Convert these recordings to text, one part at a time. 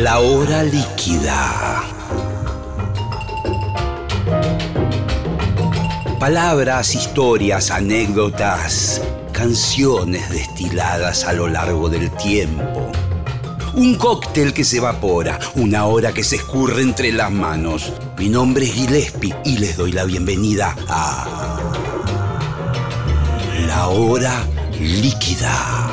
La hora líquida. Palabras, historias, anécdotas, canciones destiladas a lo largo del tiempo. Un cóctel que se evapora, una hora que se escurre entre las manos. Mi nombre es Gillespie y les doy la bienvenida a La Hora Líquida.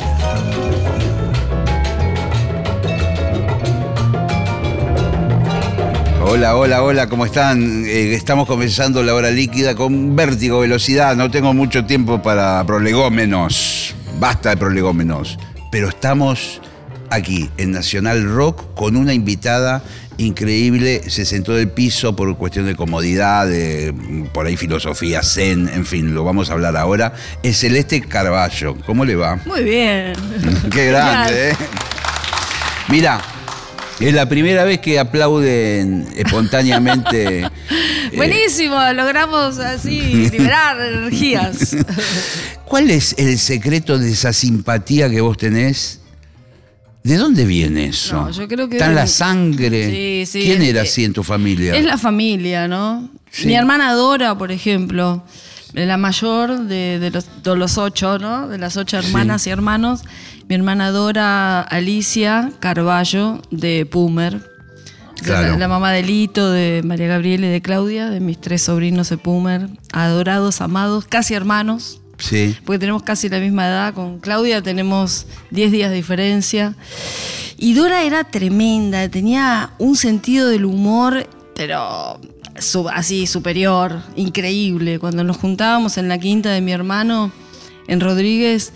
Hola, ¿cómo están? Estamos comenzando La Hora Líquida con vértigo, velocidad. No tengo mucho tiempo para prolegómenos. Basta de prolegómenos. Pero estamos aquí en Nacional Rock con una invitada increíble. Se sentó del piso por cuestión de comodidad, de por ahí filosofía zen, en fin, lo vamos a hablar ahora. Es Celeste Carballo. ¿Cómo le va? Muy bien. Qué grande, ¿eh? Mira, es la primera vez que aplauden espontáneamente. Buenísimo, logramos así liberar energías. ¿Cuál es el secreto de esa simpatía que vos tenés? ¿De dóde viene eso? No, yo creo que ¿Está en la sangre? Sí. ¿Quién era así en tu familia? Es la familia, ¿no? Sí. Mi hermana Dora, por ejemplo, la mayor de los 8, ¿no? De las 8 hermanas y hermanos. Mi hermana Dora Alicia Carballo, de Pumer. Claro. La mamá de Lito, de María Gabriela y de Claudia, de mis 3 sobrinos de Pumer. Adorados, amados, casi hermanos. Sí. Porque tenemos casi la misma edad. Con Claudia tenemos 10 días de diferencia. Y Dora era tremenda, tenía un sentido del humor, pero así superior, increíble. Cuando nos juntábamos en la quinta de mi hermano, en Rodríguez,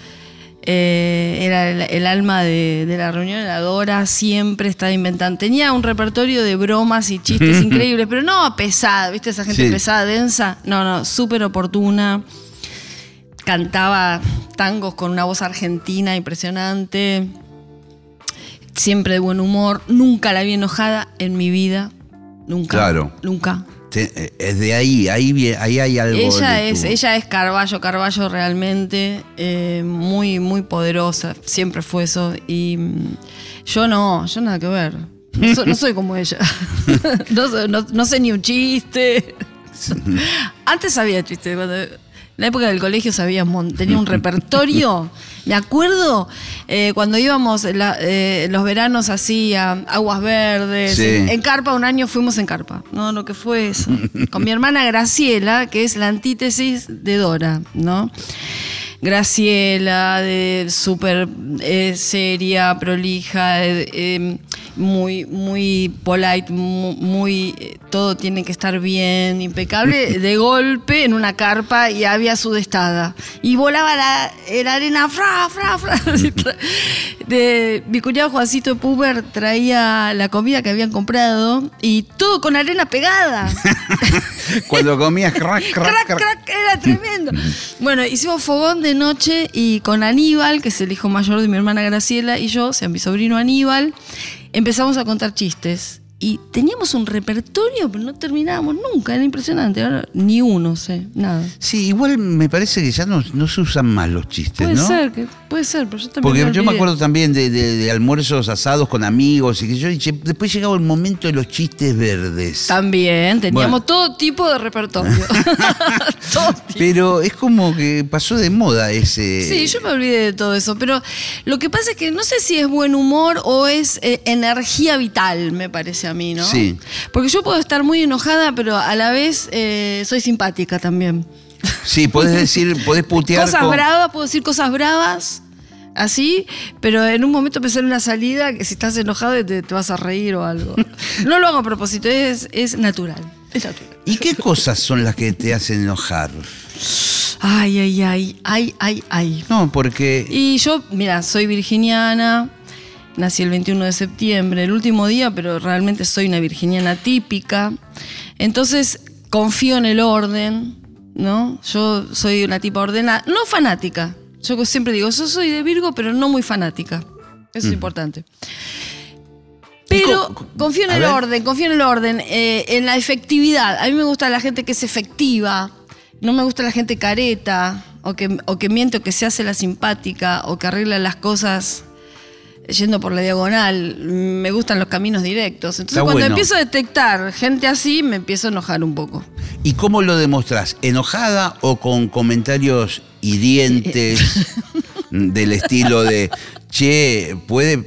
era el alma de la reunión, era Dora, siempre estaba inventando. Tenía un repertorio de bromas y chistes increíbles, pero no pesada, ¿viste? Esa gente pesada, densa. No, súper oportuna. Cantaba tangos con una voz argentina impresionante. Siempre de buen humor. Nunca la vi enojada en mi vida. Nunca. Claro. Nunca. Es de ahí hay algo. Ella es Carballo realmente. Muy, muy poderosa. Siempre fue eso. Y yo nada que ver. No soy como ella. No sé ni un chiste. Antes sabía chistes. En la época del colegio tenía un repertorio. Me acuerdo cuando íbamos los veranos así a Aguas Verdes, sí. en carpa, un año fuimos en carpa. No, lo que fue eso. Con mi hermana Graciela, que es la antítesis de Dora, ¿no? Graciela, súper seria, prolija, muy, muy polite, muy todo tiene que estar bien, impecable. De golpe en una carpa y había sudestada. Y volaba la arena, fra. Mi cuñado Juancito Puber traía la comida que habían comprado y todo con arena pegada. Cuando comías crack, era tremendo. Bueno, hicimos fogón de noche y con Aníbal, que es el hijo mayor de mi hermana Graciela, y yo, o sea, mi sobrino Aníbal, empezamos a contar chistes. Y teníamos un repertorio, pero no terminábamos nunca, era impresionante. Ahora ni uno sé, nada. Sí, igual me parece que ya no se usan más los chistes, Puede ¿no? Puede ser, pero yo también. Porque yo me acuerdo también de almuerzos asados con amigos y que después llegaba el momento de los chistes verdes. También, teníamos todo tipo de repertorio. Todo tipo. Pero es como que pasó de moda ese. Sí, yo me olvidé de todo eso, pero lo que pasa es que no sé si es buen humor o es energía vital, me parece a mí, ¿no? Sí. Porque yo puedo estar muy enojada, pero a la vez soy simpática también. Sí, podés putear. Puedo decir cosas bravas, así, pero en un momento pensar en una salida que si estás enojado te vas a reír o algo. No lo hago a propósito, es natural. Es natural. ¿Y qué cosas son las que te hacen enojar? Ay. No, porque. Y yo, mira, soy virginiana. Nací el 21 de septiembre, el último día, pero realmente soy una virginiana típica. Entonces, confío en el orden, ¿no? Yo soy una tipa ordenada, no fanática. Yo siempre digo, yo soy de Virgo, pero no muy fanática. Eso es importante. Pero confío en el orden, en la efectividad. A mí me gusta la gente que es efectiva, no me gusta la gente careta, o que miente, o que se hace la simpática, o que arregla las cosas yendo por la diagonal, me gustan los caminos directos. Entonces Está cuando bueno. empiezo a detectar gente así, me empiezo a enojar un poco. ¿Y cómo lo demostrás? ¿Enojada o con comentarios hirientes del estilo de, che, puede...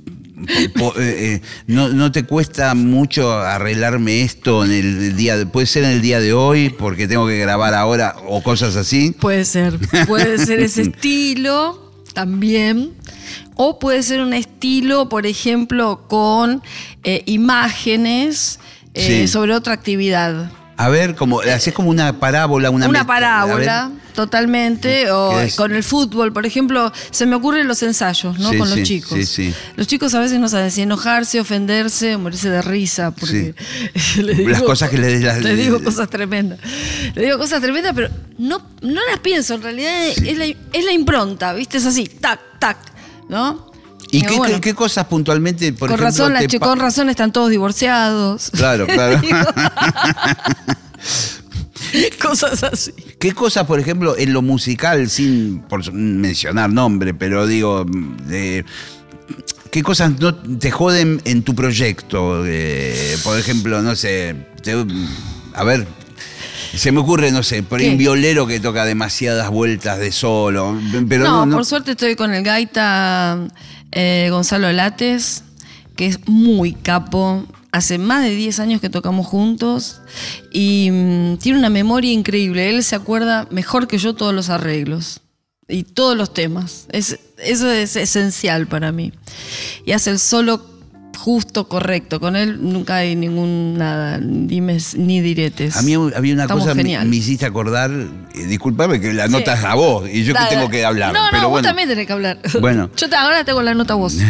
no te cuesta mucho arreglarme esto en el día puede ser en el día de hoy porque tengo que grabar ahora o cosas así? Puede ser ese estilo también. O puede ser un estilo, por ejemplo, con imágenes Sí. sobre otra actividad. A ver, como haces como una parábola, Una parábola, a ver. totalmente. O ¿Qué es? con el fútbol, por ejemplo, se me ocurren los ensayos, ¿no? Sí, Con los sí, chicos. sí, sí. Los chicos a veces no saben si enojarse, ofenderse o morirse de risa. Porque les digo, Las cosas que les les digo cosas tremendas. Les digo cosas tremendas, pero no las pienso. En realidad es la impronta, ¿viste? Es así, tac, tac, ¿no? ¿Y Digo, bueno, qué cosas puntualmente, por con ejemplo, razón, te con razón están todos divorciados. Claro, claro. Cosas así. ¿Qué cosas, por ejemplo, en lo musical, sin por mencionar nombre, pero digo, qué cosas no te joden en tu proyecto? Por ejemplo, no sé, a ver, se me ocurre, no sé, por ahí un violero que toca demasiadas vueltas de solo, pero no, por suerte estoy con el gaita Gonzalo Lates, que es muy capo. Hace más de 10 años que tocamos juntos y tiene una memoria increíble. Él se acuerda mejor que yo todos los arreglos y todos los temas. Eso es esencial para mí. Y hace el solo justo, correcto. Con él nunca hay ningún nada, dimes ni diretes. a mí había una Estamos cosa que genial. me hiciste acordar, disculpame que la nota es a vos y yo que tengo que hablar. No, pero vos bueno. también tenés que hablar. Bueno. Yo ahora tengo la nota vos.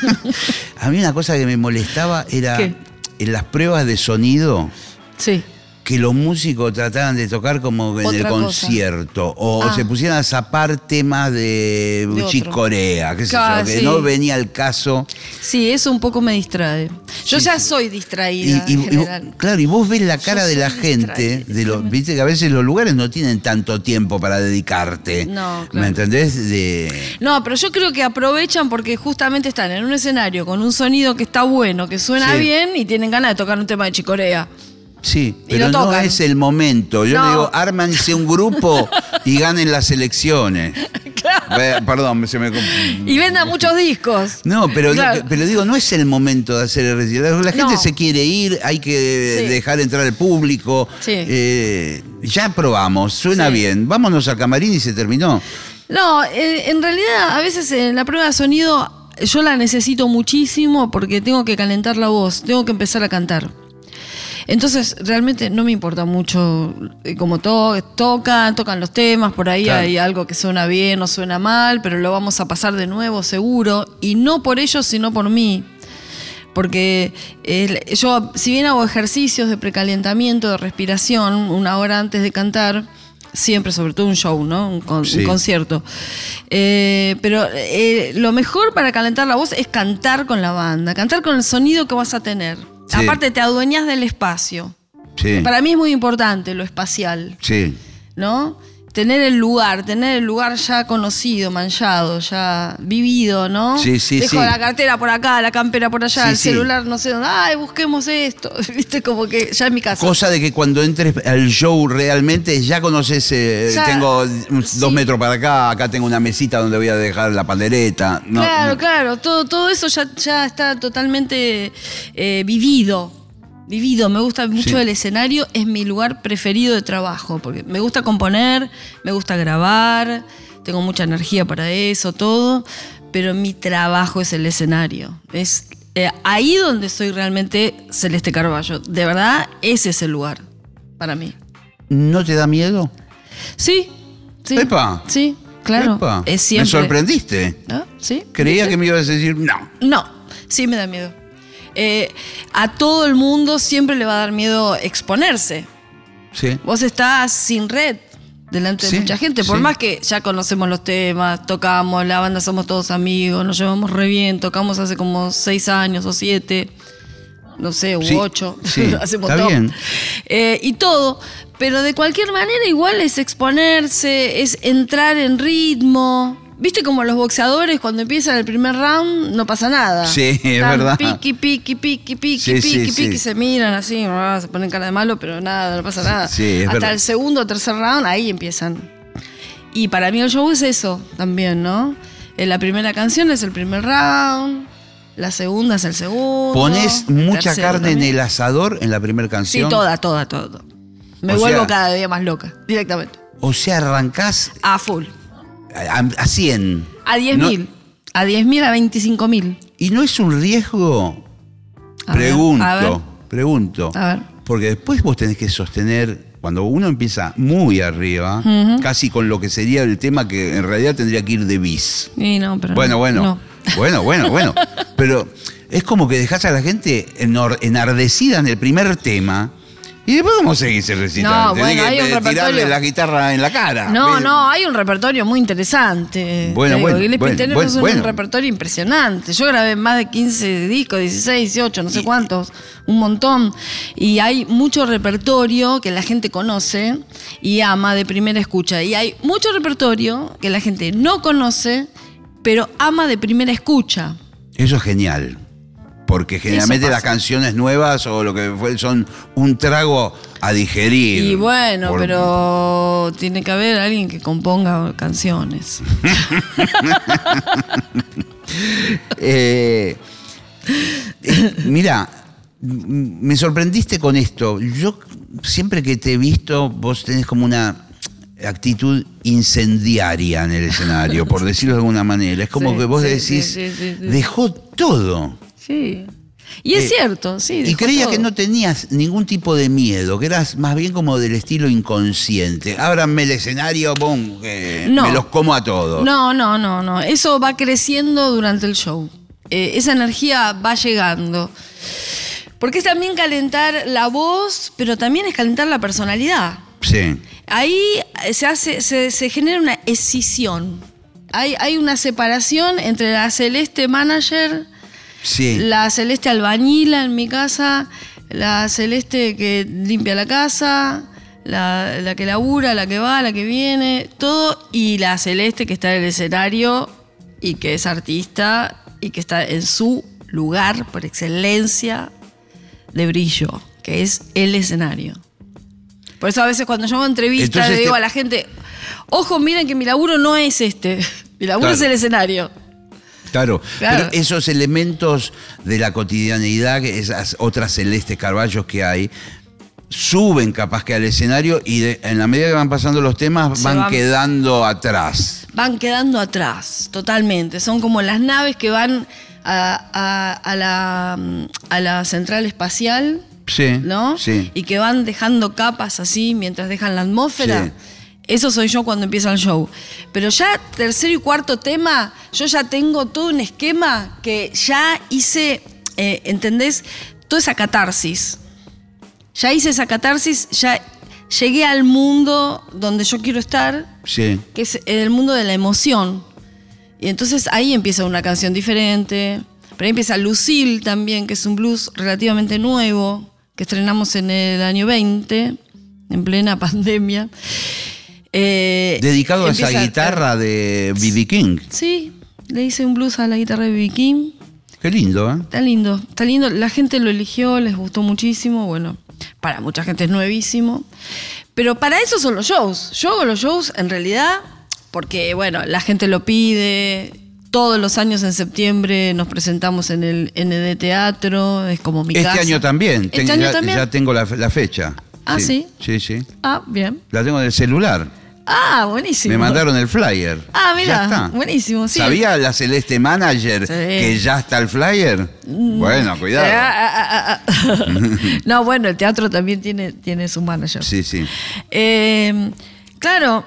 A mí una cosa que me molestaba era ¿Qué? en las pruebas de sonido Sí. que los músicos trataban de tocar como en Otra el cosa. concierto o Ah. se pusieran a zapar temas de Chick otro. Corea, qué sé Claro, yo, que sí. no venía al caso. Sí, eso un poco me distrae. Yo Sí, ya sí. soy distraída Y en general. claro, y vos ves la cara Yo de la soy gente, distraída, viste que a veces los lugares no tienen tanto tiempo para dedicarte. No, claro. ¿Me entendés? No, pero yo creo que aprovechan porque justamente están en un escenario con un sonido que está bueno, que suena Sí. bien y tienen ganas de tocar un tema de Chicorea. Sí, Y pero lo no tocan. es el momento. Yo No. le digo, ármanse un grupo y ganen las elecciones. Perdón, se me... Y vendan muchos discos. No, pero, Claro. pero digo, no es el momento de hacer el recital. La gente No. se quiere ir, hay que Sí. dejar entrar al público. Sí. Ya probamos, suena Sí. bien. Vámonos al camarín y se terminó. No, en realidad a veces en la prueba de sonido yo la necesito muchísimo porque tengo que calentar la voz, tengo que empezar a cantar. Entonces realmente no me importa mucho cómo tocan los temas, por ahí Claro. hay algo que suena bien o suena mal, pero lo vamos a pasar de nuevo seguro, y no por ellos sino por mí. Porque yo, si bien hago ejercicios de precalentamiento, de respiración, una hora antes de cantar, siempre, sobre todo un show, ¿no? Un Sí. concierto. Pero lo mejor para calentar la voz es cantar con la banda, cantar con el sonido que vas a tener. Sí. Aparte, te adueñas del espacio. Sí. Para mí es muy importante lo espacial, Sí. ¿no? Tener el lugar ya conocido, manchado, ya vivido, ¿no? Sí, sí, Dejo sí. la cartera por acá, la campera por allá, Sí, el sí. celular no sé dónde. Ay, busquemos esto. Viste, como que ya en mi casa. Cosa de que cuando entres al show realmente ya conoces, Ya, tengo sí. 2 metros para acá tengo una mesita donde voy a dejar la pandereta. No, Claro, no. claro, todo eso ya está totalmente vivido. Me gusta mucho Sí. el escenario, es mi lugar preferido de trabajo, porque me gusta componer, me gusta grabar, tengo mucha energía para eso, todo, pero mi trabajo es el escenario. Es ahí donde soy realmente Celeste Carballo. De verdad, ese es el lugar para mí. ¿No te da miedo? Sí, sí. Epa. Sí, claro. Epa, Es siempre. Me sorprendiste. ¿Ah? ¿Sí? Creía ¿Viste? que me ibas a decir no. No, sí me da miedo. A todo el mundo siempre le va a dar miedo exponerse. Sí. Vos estás sin red delante Sí, de mucha gente, por sí. más que ya conocemos los temas, tocamos, la banda somos todos amigos, nos llevamos re bien, tocamos hace como 6 años o 7, no sé, u Sí, 8, sí, hacemos está todo. bien. Y todo, pero de cualquier manera igual es exponerse, es entrar en ritmo. viste como los boxeadores cuando empiezan el primer round no pasa nada. Sí, es Están verdad. Piqui, se miran así, se ponen cara de malo, pero nada, no pasa nada. Sí, es Hasta verdad. el segundo o tercer round, ahí empiezan. Y para mí el show es eso también, ¿no? La primera canción es el primer round, la segunda es el segundo. ¿Pones mucha tercero carne también. en el asador en la primera Sí, canción? toda. Me O vuelvo sea- cada día más loca, directamente. O sea, arrancás A full. a 100. A 10.000. No- A 10.000, a 25.000. ¿Y no es un riesgo? A ver, Pregunto. A ver. Porque después vos tenés que sostener, cuando uno empieza muy arriba, casi con lo que sería el tema que en realidad tendría que ir de bis. Y no, pero Bueno. no. Bueno. Pero es como que dejás a la gente enardecida en el primer tema. ¿Y después cómo seguís el recital? No, Tenés bueno, hay un que tirarle repertorio. la guitarra en la cara. No, hay un repertorio muy interesante. Bueno, Te digo, bueno, tenemos bueno. un repertorio impresionante. Yo grabé más de 15 discos, 16, 18, no sé cuántos, un montón. Y hay mucho repertorio que la gente conoce y ama de primera escucha. Y hay mucho repertorio que la gente no conoce, pero ama de primera escucha. Eso es genial. Porque generalmente pasa. las canciones nuevas o lo que fue son un trago a digerir. Y bueno, Por- pero tiene que haber alguien que componga canciones. Mira, me sorprendiste con esto. Yo siempre que te he visto, vos tenés como una actitud incendiaria en el escenario, por decirlo de alguna manera. Es como Sí, que vos sí, decís, sí. dejó todo. Sí. Y es cierto, sí. Y dejó creía todo. que no tenías ningún tipo de miedo, que eras más bien como del estilo inconsciente. Ábranme el escenario, ¡pum! Que No. me los como a todos. No. Eso va creciendo durante el show. Esa energía va llegando. Porque es también calentar la voz, pero también es calentar la personalidad. Sí. Ahí se genera una escisión. Hay una separación entre la Celeste manager, Sí. la Celeste albañila en mi casa, la Celeste que limpia la casa, la que labura, la que va, la que viene, todo, y la Celeste que está en el escenario y que es artista y que está en su lugar por excelencia de brillo, que es el escenario. Por eso a veces cuando yo hago entrevistas Entonces le digo a la gente, ojo, miren que mi laburo no es este, mi laburo Claro. es el escenario. Claro. Claro. Pero esos elementos de la cotidianeidad, esas otras Celestes Carballos que hay, suben capaz que al escenario y en la medida que van pasando los temas van quedando atrás. Van quedando atrás, totalmente. Son como las naves que van a la central espacial, Sí. ¿no? Sí. Y que van dejando capas así mientras dejan la atmósfera. Sí. Eso soy yo cuando empieza el show. Pero ya tercero y cuarto tema, yo ya tengo todo un esquema que ya hice, ¿entendés? Toda esa catarsis. Ya hice esa catarsis, ya llegué al mundo donde yo quiero estar, Sí. que es el mundo de la emoción. Y entonces ahí empieza una canción diferente. Pero ahí empieza Lucille también, que es un blues relativamente nuevo, que estrenamos en el año 20, en plena pandemia. Dedicado a esa Empieza- guitarra de B.B. King. Sí, le hice un blues a la guitarra de B.B. King. Qué lindo, ¿eh? Está lindo, está lindo. La gente lo eligió, les gustó muchísimo. Bueno, para mucha gente es nuevísimo. Pero para eso son los shows. Yo hago los shows en realidad porque, bueno, la gente lo pide. Todos los años en septiembre nos presentamos en el ND Teatro. Es como mi casa. Este año también. ¿Este año también? Ya tengo la fecha. Ah, ¿sí? Sí, sí. Ah, bien. La tengo en el celular. Ah, buenísimo. Me mandaron el flyer. Ah, Ya mira, está. buenísimo. Sí. ¿Sabía la Celeste Manager Sí. que ya está el flyer? Bueno, cuidado. No, bueno, el teatro también tiene su manager. Sí, sí. Claro,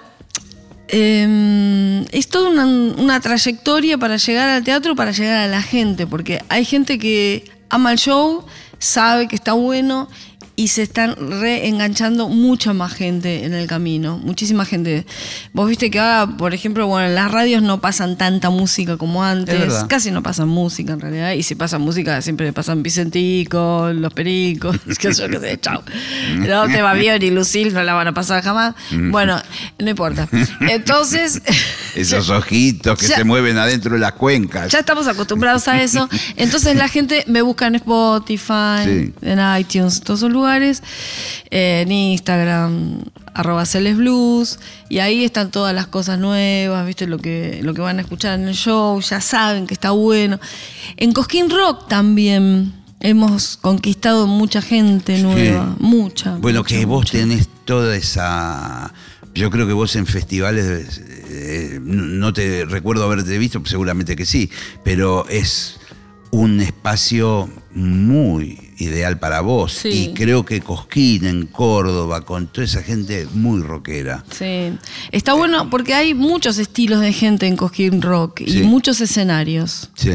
es toda una trayectoria para llegar al teatro, para llegar a la gente, porque hay gente que ama el show, sabe que está bueno y se están reenganchando mucha más gente en el camino, muchísima gente. Vos viste que ahora, por ejemplo, bueno, en las radios no pasan tanta música como antes, casi no pasan música en realidad, y si pasan música siempre pasan Vicentico, Los Pericos, que yo qué sé, chau. No te va bien y Lucille no la van a pasar jamás. Bueno, no importa. Entonces... Esos ojitos que se mueven adentro de las cuencas. Ya estamos acostumbrados a eso. Entonces la gente me busca en Spotify, en iTunes, todos esos lugares, en Instagram, @celesblues, y ahí están todas las cosas nuevas, ¿viste? Lo que van a escuchar en el show, ya saben que está bueno. En Cosquín Rock también hemos conquistado mucha gente nueva, mucha. Bueno, mucha, que vos mucha. tenés toda esa... Yo creo que vos en festivales, no te recuerdo haberte visto, seguramente que sí, pero es un espacio muy ideal para vos. Sí. Y creo que Cosquín en Córdoba, con toda esa gente muy rockera. Sí, está bueno porque hay muchos estilos de gente en Cosquín Rock y muchos escenarios. Sí.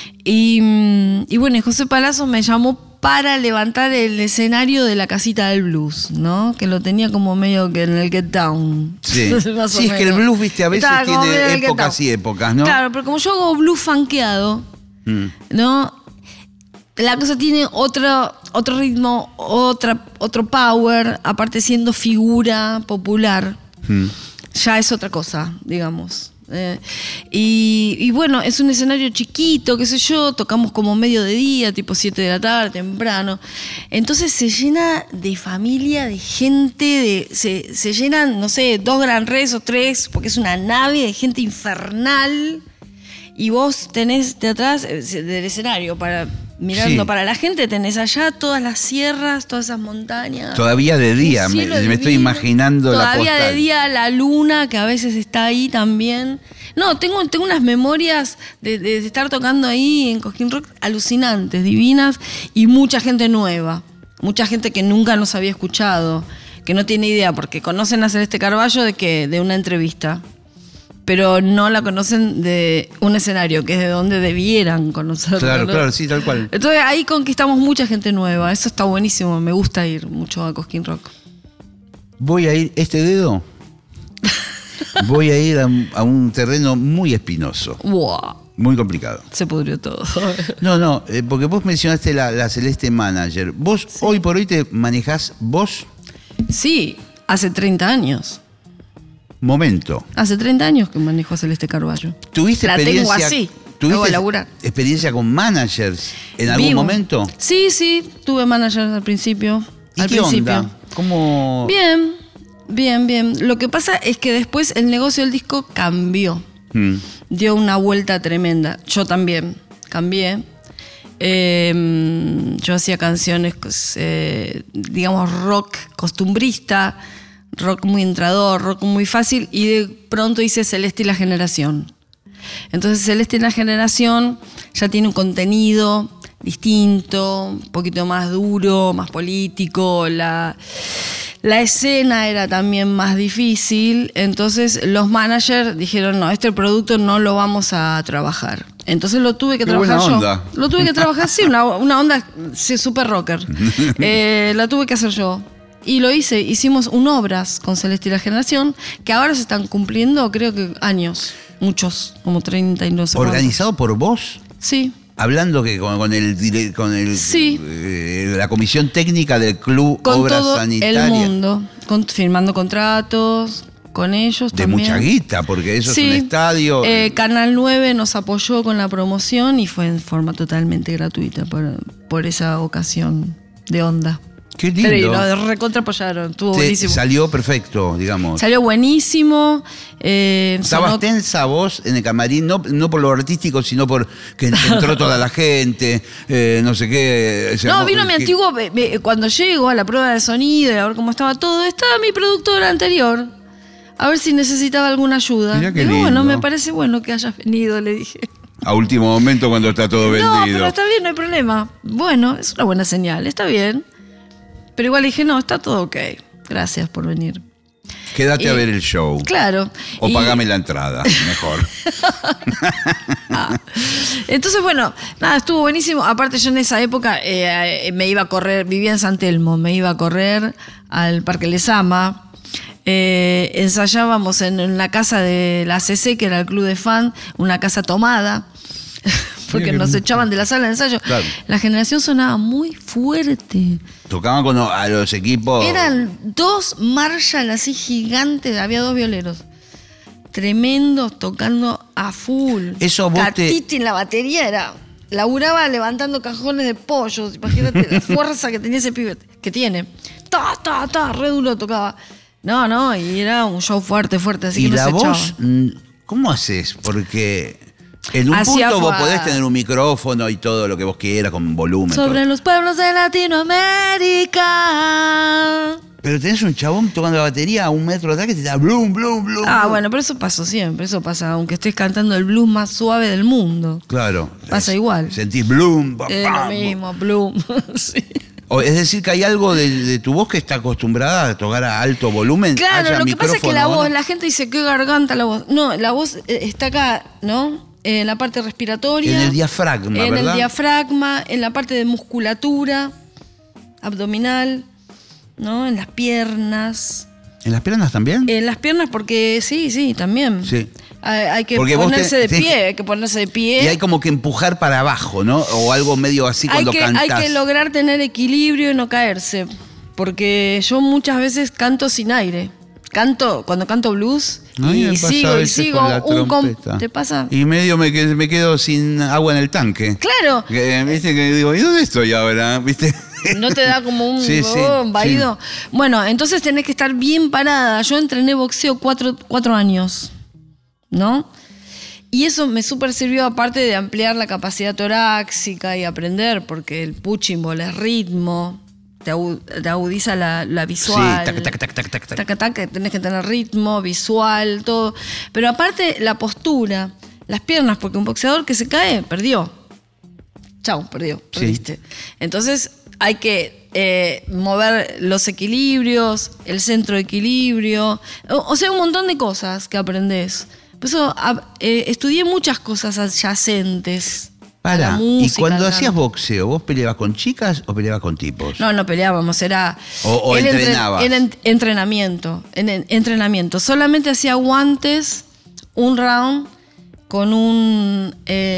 Y bueno, y José Palazzo me llamó para levantar el escenario de la Casita del Blues, ¿no? Que lo tenía como medio que en el Get Down. Sí, sí, es que el blues, viste, a veces tiene épocas y épocas, ¿no? Claro, pero como yo hago blues funkeado, ¿no? La cosa tiene otro ritmo, otro power, aparte siendo figura popular, ya es otra cosa, digamos. Y bueno, es un escenario chiquito, qué sé yo, tocamos como medio de día, tipo 7 de la tarde, temprano. Entonces se llena de familia, de gente, se llenan, no sé, 2 Gran Rex o 3, porque es una nave de gente infernal. Y vos tenés de atrás del escenario, mirando para la gente, tenés allá todas las sierras, todas esas montañas. Todavía de día, me estoy imaginando la postal. Todavía de día la luna, que a veces está ahí también. No, tengo unas memorias de estar tocando ahí en Cosquín Rock alucinantes, divinas, y mucha gente nueva. Mucha gente que nunca nos había escuchado, que no tiene idea, porque conocen a Celeste Carballo de una entrevista. Pero no la conocen de un escenario, que es de donde debieran conocerla. Claro, ¿no? claro, sí, tal cual. Entonces ahí conquistamos mucha gente nueva. Eso está buenísimo. Me gusta ir mucho a Cosquín Rock. Voy a ir, este dedo, voy a ir a un terreno muy espinoso. ¡Wow! Muy complicado. Se pudrió todo. No, porque vos mencionaste la Celeste Manager. ¿Vos hoy por hoy te manejás vos? Sí, hace 30 años. Momento. Hace 30 años que manejo a Celeste Carballo. ¿Tuviste la experiencia? Tengo así. ¿Tuviste experiencia con managers en algún momento? Sí, tuve managers al principio. ¿Y qué onda? ¿Cómo? Bien. Lo que pasa es que después el negocio del disco cambió. Dio una vuelta tremenda. Yo también cambié. Yo hacía canciones, digamos, rock costumbrista, rock muy entrador, rock muy fácil, y de pronto hice Celeste y la Generación. Entonces Celeste y la Generación ya tiene un contenido distinto, un poquito más duro, más político, la escena era también más difícil, entonces los managers dijeron, no, este producto no lo vamos a trabajar. Entonces lo tuve que trabajar yo. Onda. Lo tuve que trabajar, sí, una onda súper rocker. La tuve que hacer yo. Y lo hice, hicimos un Obras con Celeste y la Generación, que ahora se están cumpliendo, creo que años, muchos, como 30 y no sé cuántos. ¿Organizado por vos? Sí. Hablando que con Sí. La comisión técnica del Club Con Obras todo Sanitarias. el mundo, firmando contratos, con ellos De también. mucha guita, porque eso es un estadio. Canal 9 nos apoyó con la promoción y fue en forma totalmente gratuita por esa ocasión de onda. Qué lindo. Pero nos recontra apoyaron, estuvo buenísimo. Salió perfecto, digamos. Salió buenísimo. ¿Estabas tensa vos en el camarín? No por lo artístico, sino por que entró toda la gente, no sé qué. No, vino mi antiguo, cuando llego a la prueba de sonido y a ver cómo estaba todo, estaba mi productor anterior. A ver si necesitaba alguna ayuda. Mirá qué Digo, lindo. bueno, me parece bueno que hayas venido, le dije. A último momento cuando está todo vendido. No, pero está bien, no hay problema. Bueno, es una buena señal, está bien. Pero igual dije, no, está todo ok. Gracias por venir. Quédate a ver el show. Claro. O pagame la entrada, mejor. Entonces, bueno, nada, estuvo buenísimo. Aparte, yo en esa época me iba a correr, vivía en San Telmo, me iba a correr al Parque Lezama. Ensayábamos en la casa de la CC, que era el club de fan, una casa tomada, porque nos echaban de la sala de ensayo. Claro. La Generación sonaba muy fuerte. Tocaban a los equipos. Eran 2 Marshall así gigantes, había 2 violeros. Tremendos, tocando a full. Eso vos Catiti en la batería laburaba levantando cajones de pollos. Imagínate la fuerza que tenía ese pibe, que tiene. Re duro tocaba. No, y era un show fuerte, así que nos echaban. ¿Y la voz? ¿Cómo haces? Porque en un punto vos podés tener un micrófono y todo lo que vos quieras con volumen. Sobre todo. Los pueblos de Latinoamérica. Pero tenés un chabón tocando la batería a 1 metro atrás que te da blum, blum, blum. Bueno, pero eso pasó siempre, eso pasa, aunque estés cantando el blues más suave del mundo. Claro. Pasa igual. Sentís blum, bam, lo mismo, blum. Sí. Es decir, que hay algo de tu voz que está acostumbrada a tocar a alto volumen. Claro, lo que pasa es que la voz, la gente dice, qué garganta la voz. No, la voz está acá, ¿no? En la parte respiratoria. En el diafragma, ¿verdad? En el diafragma, en la parte de musculatura abdominal, ¿no? En las piernas. ¿En las piernas también? En las piernas porque sí, también. Sí. Hay que ponerse de pie, hay que ponerse de pie. Y hay como que empujar para abajo, ¿no? O algo medio así cuando cantás. Hay que lograr tener equilibrio y no caerse. Porque yo muchas veces canto sin aire. Cuando canto blues y sigo. ¿Te pasa? Y medio me quedo sin agua en el tanque. Claro. Viste que digo, ¿y dónde estoy ahora? ¿Viste? No te da como un vaído. Sí. Bueno, entonces tenés que estar bien parada. Yo entrené boxeo 4 años, ¿no? Y eso me súper sirvió, aparte de ampliar la capacidad torácica y aprender, porque el punching ball es ritmo, te agudiza la visual. Sí, tac. Tenés que tener ritmo, visual, todo. Pero aparte, la postura, las piernas, porque un boxeador que se cae, perdió. Chau, perdiste. Sí. Entonces hay que mover los equilibrios, el centro de equilibrio, o sea, un montón de cosas que aprendés. Por eso estudié muchas cosas adyacentes. Para, y cuando hacías boxeo, ¿vos peleabas con chicas o peleabas con tipos? No peleábamos, era... O entrenabas. Era entrenamiento. Solamente hacía guantes, un round, con un...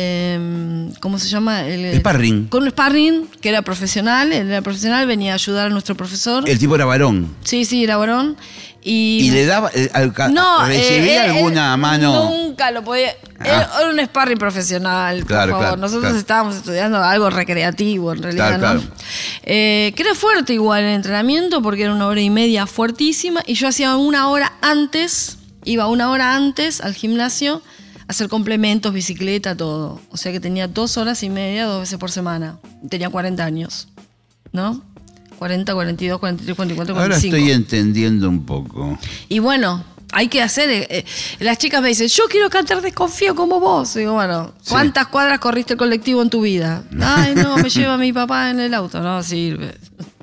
¿cómo se llama? Sparring. Con un sparring, que era profesional. Él era profesional, venía a ayudar a nuestro profesor. El tipo era varón. Sí, era varón. ¿Y le daba, recibía alguna mano? Nunca lo podía. Era un sparring profesional, por favor. Nosotros estábamos estudiando algo recreativo, en realidad, ¿no? Que era fuerte igual el entrenamiento, porque era 1 hora y media fuertísima, y yo hacía 1 hora antes, iba 1 hora antes al gimnasio a hacer complementos, bicicleta, todo. O sea que tenía 2 horas y media, 2 veces por semana. Tenía 40 años, ¿no? 40, 42, 43, 44, 45. Ahora estoy entendiendo un poco. Y bueno, hay que hacer... las chicas me dicen, yo quiero cantar Desconfío como vos. Y digo, bueno, ¿cuántas cuadras corriste el colectivo en tu vida? Ay, no, me lleva mi papá en el auto. No sirve.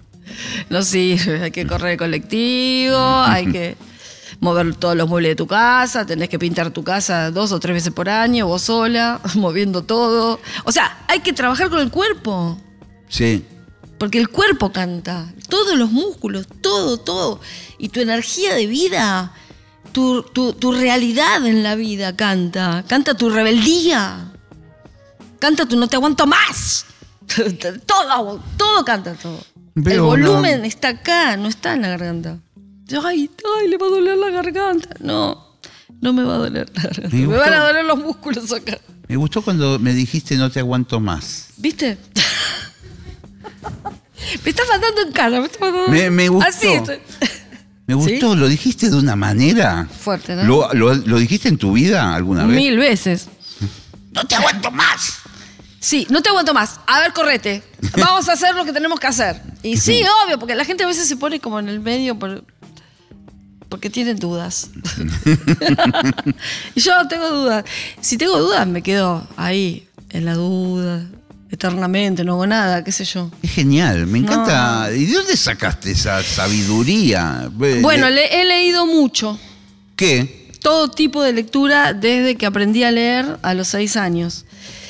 No sirve. Hay que correr el colectivo, hay que mover todos los muebles de tu casa, tenés que pintar tu casa 2 o 3 veces por año, vos sola, moviendo todo. O sea, hay que trabajar con el cuerpo. Sí. Porque el cuerpo canta, todos los músculos, todo. Y tu energía de vida, tu realidad en la vida canta. Canta tu rebeldía. Canta tu no te aguanto más. Todo canta, todo. Pero el volumen está acá, no está en la garganta. Ay, le va a doler la garganta. No me va a doler la garganta. Me van a doler los músculos acá. Me gustó cuando me dijiste no te aguanto más. ¿Viste? Me está mandando en cara. Me gustó. Así. Me gustó. ¿Sí? ¿Lo dijiste de una manera? Fuerte, ¿no? ¿Lo dijiste en tu vida alguna vez? 1000 veces. ¡No te aguanto más! Sí, no te aguanto más. A ver, correte. Vamos a hacer lo que tenemos que hacer. Y sí, obvio, porque la gente a veces se pone como en el medio porque tienen dudas. Y yo tengo dudas. Si tengo dudas, me quedo ahí, en la duda. Eternamente, no hago nada, qué sé yo. Es genial, me encanta. No. ¿Y de dónde sacaste esa sabiduría? Bueno, he leído mucho. ¿Qué? Todo tipo de lectura desde que aprendí a leer a los 6 años.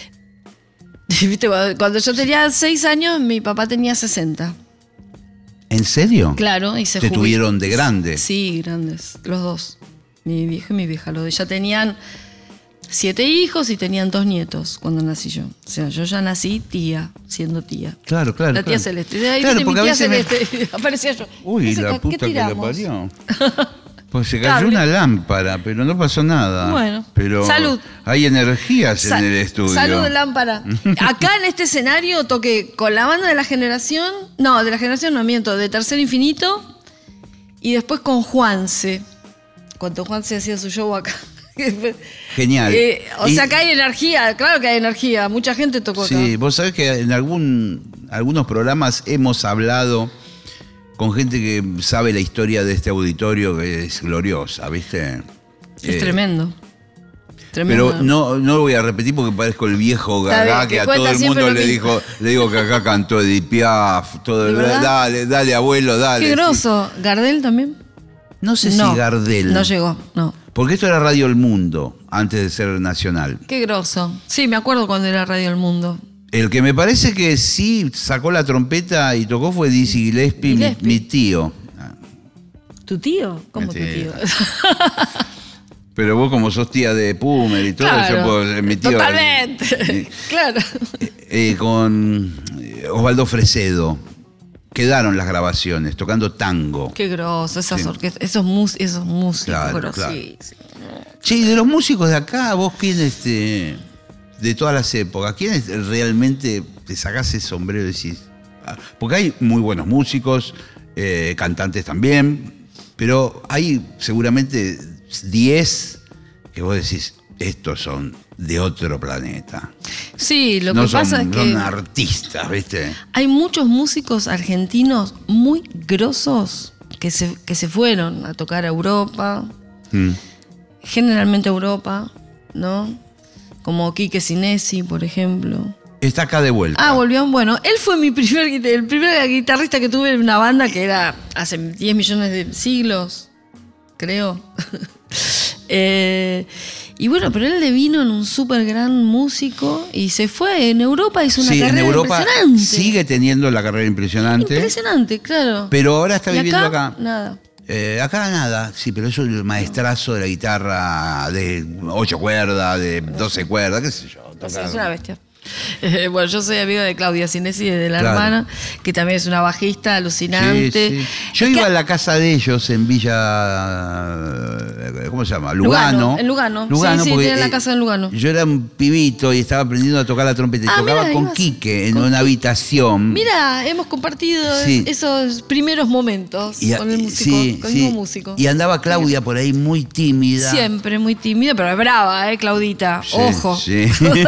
¿Viste? Cuando yo tenía 6 años, mi papá tenía 60. ¿En serio? Claro, y se ¿Te tuvieron de grande? Sí, grandes, los dos. Mi viejo y mi vieja. Los de ella tenían 7 hijos y tenían 2 nietos cuando nací yo. O sea, yo ya nací tía, siendo tía. Claro. La tía Celeste. De ahí Claro, viene mi porque tía a veces Celeste. Aparecía yo. Uy, Ese, la ¿qué puta que la tiramos? parió. Pues se cayó Cable. una lámpara, pero no pasó nada. Bueno, pero salud. Hay energías en el estudio. Salud de lámpara. Acá en este escenario toqué con la banda de la generación no miento, de Tercer Infinito, y después con Juanse. Cuando Juanse hacía su show acá. Genial. O sea, que hay energía, claro que hay energía. Mucha gente tocó acá. Sí, vos sabés que en algunos programas hemos hablado con gente que sabe la historia de este auditorio, que es gloriosa, ¿viste? Es tremendo. Tremendo. Pero no lo voy a repetir porque parezco el viejo Está Gagá bien, que que a cuenta todo el siempre mundo lo le mismo. digo que acá cantó Edith Piaf, todo ¿De verdad? dale abuelo, dale. Qué groso. ¿Gardel también? No sé No, si Gardel. No llegó, no. Porque esto era Radio El Mundo, antes de ser nacional. Qué groso. Sí, me acuerdo cuando era Radio El Mundo. El que me parece que sí sacó la trompeta y tocó fue Dizzy Gillespie, Gillespie. mi tío. ¿Tu tío? ¿Cómo tu tío? Mentira. Pero vos como sos tía de Pumer y todo, Claro, yo puedo, mi tío. totalmente. Claro. Con Osvaldo Fresedo. Quedaron las grabaciones, tocando tango. Qué groso, esas Sí. orquestas, esos músicos Claro, grosísimos. Che, y de los músicos de acá, vos quién de todas las épocas, ¿quién realmente te sacás ese sombrero y decís? Porque hay muy buenos músicos, cantantes también, pero hay seguramente 10 que vos decís, estos son de otro planeta. Sí, lo No que pasa es son que artistas, ¿viste? hay muchos músicos argentinos muy grosos que se fueron a tocar a Europa, generalmente a Europa, ¿no? Como Quique Sinesi, por ejemplo. Está acá de vuelta. Ah, volvió. Bueno, él fue el primer guitarrista que tuve en una banda que era hace 10 millones de siglos, creo. Y bueno, pero él le vino en un súper gran músico y se fue en Europa, hizo una Sí, carrera en Europa impresionante. sigue teniendo la carrera impresionante. Impresionante, claro. Pero ahora está ¿Y viviendo acá. Nada. Acá nada, sí, pero eso es el maestrazo de la guitarra de 8 cuerdas, de 12 cuerdas, qué sé yo. tocar. Es una bestia. Bueno, yo soy amigo de Claudia Sinesi, de la Claro. hermana, que también es una bajista alucinante. Sí, sí. Yo Es iba que- a la casa de ellos en Villa. ¿Cómo se llama? Lugano. En Lugano. Sí, porque, tienen la casa en Lugano. Yo era un pibito y estaba aprendiendo a tocar la trompeta. Y Ah, tocaba mira, con ibas Quique en con una Quique. habitación. Mira, hemos compartido Sí. esos primeros momentos con el músico, sí, con el sí. mismo músico. Y andaba Claudia por ahí muy tímida. Siempre muy tímida, pero es brava, Claudita. Sí, Ojo. sí.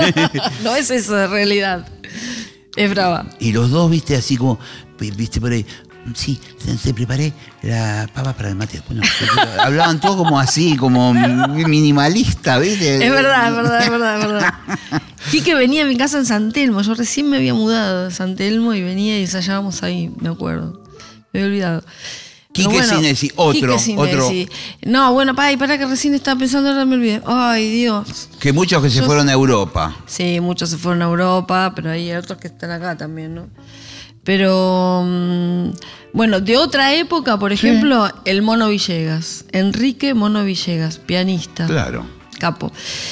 No es eso de realidad. Es brava. Y los dos, viste, así como, viste por ahí. Sí, te preparé la papa para el mate. Bueno, hablaban todos como así, como minimalista, ¿viste? Es verdad. Quique venía a mi casa en San Telmo. Yo recién me había mudado de San Telmo y venía y ensayábamos ahí, me acuerdo. Me había olvidado. Pero Quique Sinesi, otro. No, bueno, para que recién estaba pensando, ahora me olvidé. Ay, Dios. Que muchos que se fueron a Europa. Sí, muchos se fueron a Europa, pero hay otros que están acá también, ¿no? Pero, bueno, de otra época, por ejemplo, el Mono Villegas. Enrique Mono Villegas, pianista. Claro. Capo.